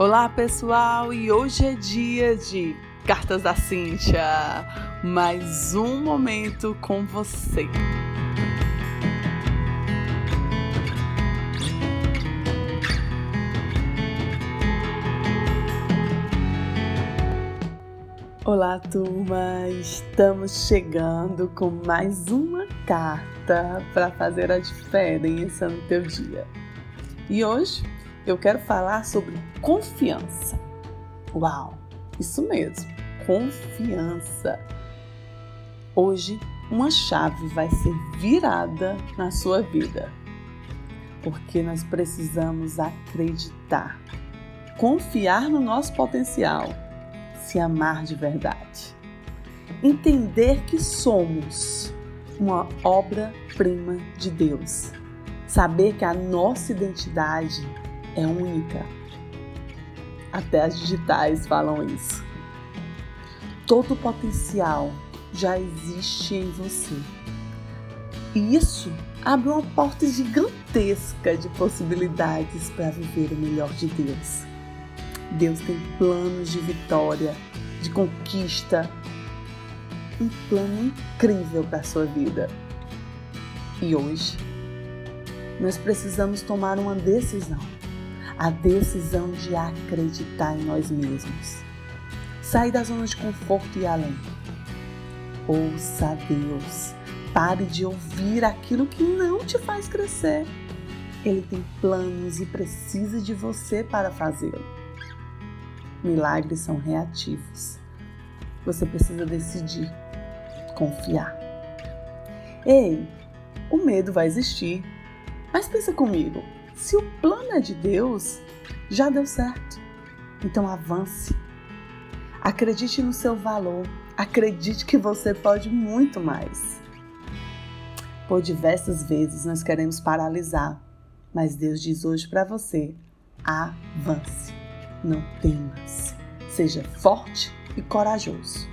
Olá pessoal, e hoje é dia de Cartas da Cíntia, mais um momento com você. Olá turma, estamos chegando com mais uma carta para fazer a diferença no teu dia. E hoje eu quero falar sobre confiança. Uau, isso mesmo, confiança. Hoje uma chave vai ser virada na sua vida, porque nós precisamos acreditar, confiar no nosso potencial, se amar de verdade, entender que somos uma obra-prima de Deus, saber que a nossa identidade é única. Até as digitais falam isso. Todo o potencial já existe em você. E isso abre uma porta gigantesca de possibilidades para viver o melhor de Deus. Deus tem planos de vitória, de conquista, um plano incrível para a sua vida. E hoje, nós precisamos tomar uma decisão. A decisão de acreditar em nós mesmos. Sair da zona de conforto e ir além. Ouça a Deus. Pare de ouvir aquilo que não te faz crescer. Ele tem planos e precisa de você para fazê-lo. Milagres são reativos. Você precisa decidir, confiar. Ei, o medo vai existir, mas pensa comigo. Se o plano é de Deus, já deu certo. Então avance. Acredite no seu valor. Acredite que você pode muito mais. Por diversas vezes nós queremos paralisar, mas Deus diz hoje para você: avance. Não temas. Seja forte e corajoso.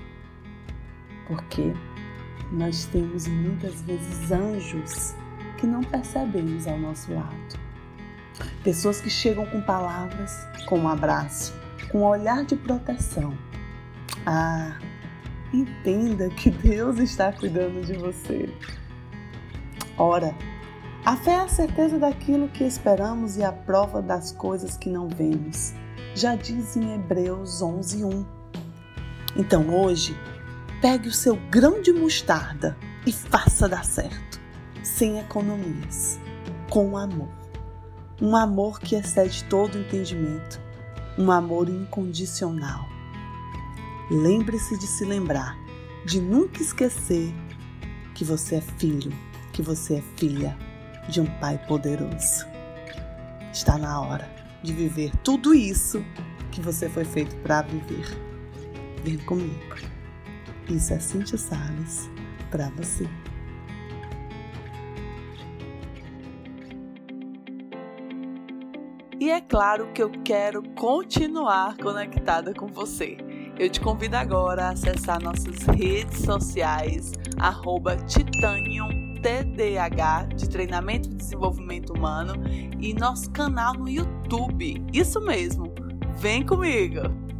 Porque nós temos muitas vezes anjos que não percebemos ao nosso lado. Pessoas que chegam com palavras, com um abraço, com um olhar de proteção. Entenda que Deus está cuidando de você. Ora, a fé é a certeza daquilo que esperamos e a prova das coisas que não vemos. Já diz em Hebreus 11:1. Então hoje, pegue o seu grão de mostarda e faça dar certo, sem economias, com amor. Um amor que excede todo entendimento, um amor incondicional. Lembre-se de se lembrar, de nunca esquecer que você é filho, que você é filha de um Pai poderoso. Está na hora de viver tudo isso que você foi feito para viver. Vem comigo. Isso é Cíntia Salles para você. E é claro que eu quero continuar conectada com você. Eu te convido agora a acessar nossas redes sociais, @TitaniumTDH, de Treinamento e Desenvolvimento Humano, e nosso canal no YouTube. Isso mesmo, vem comigo!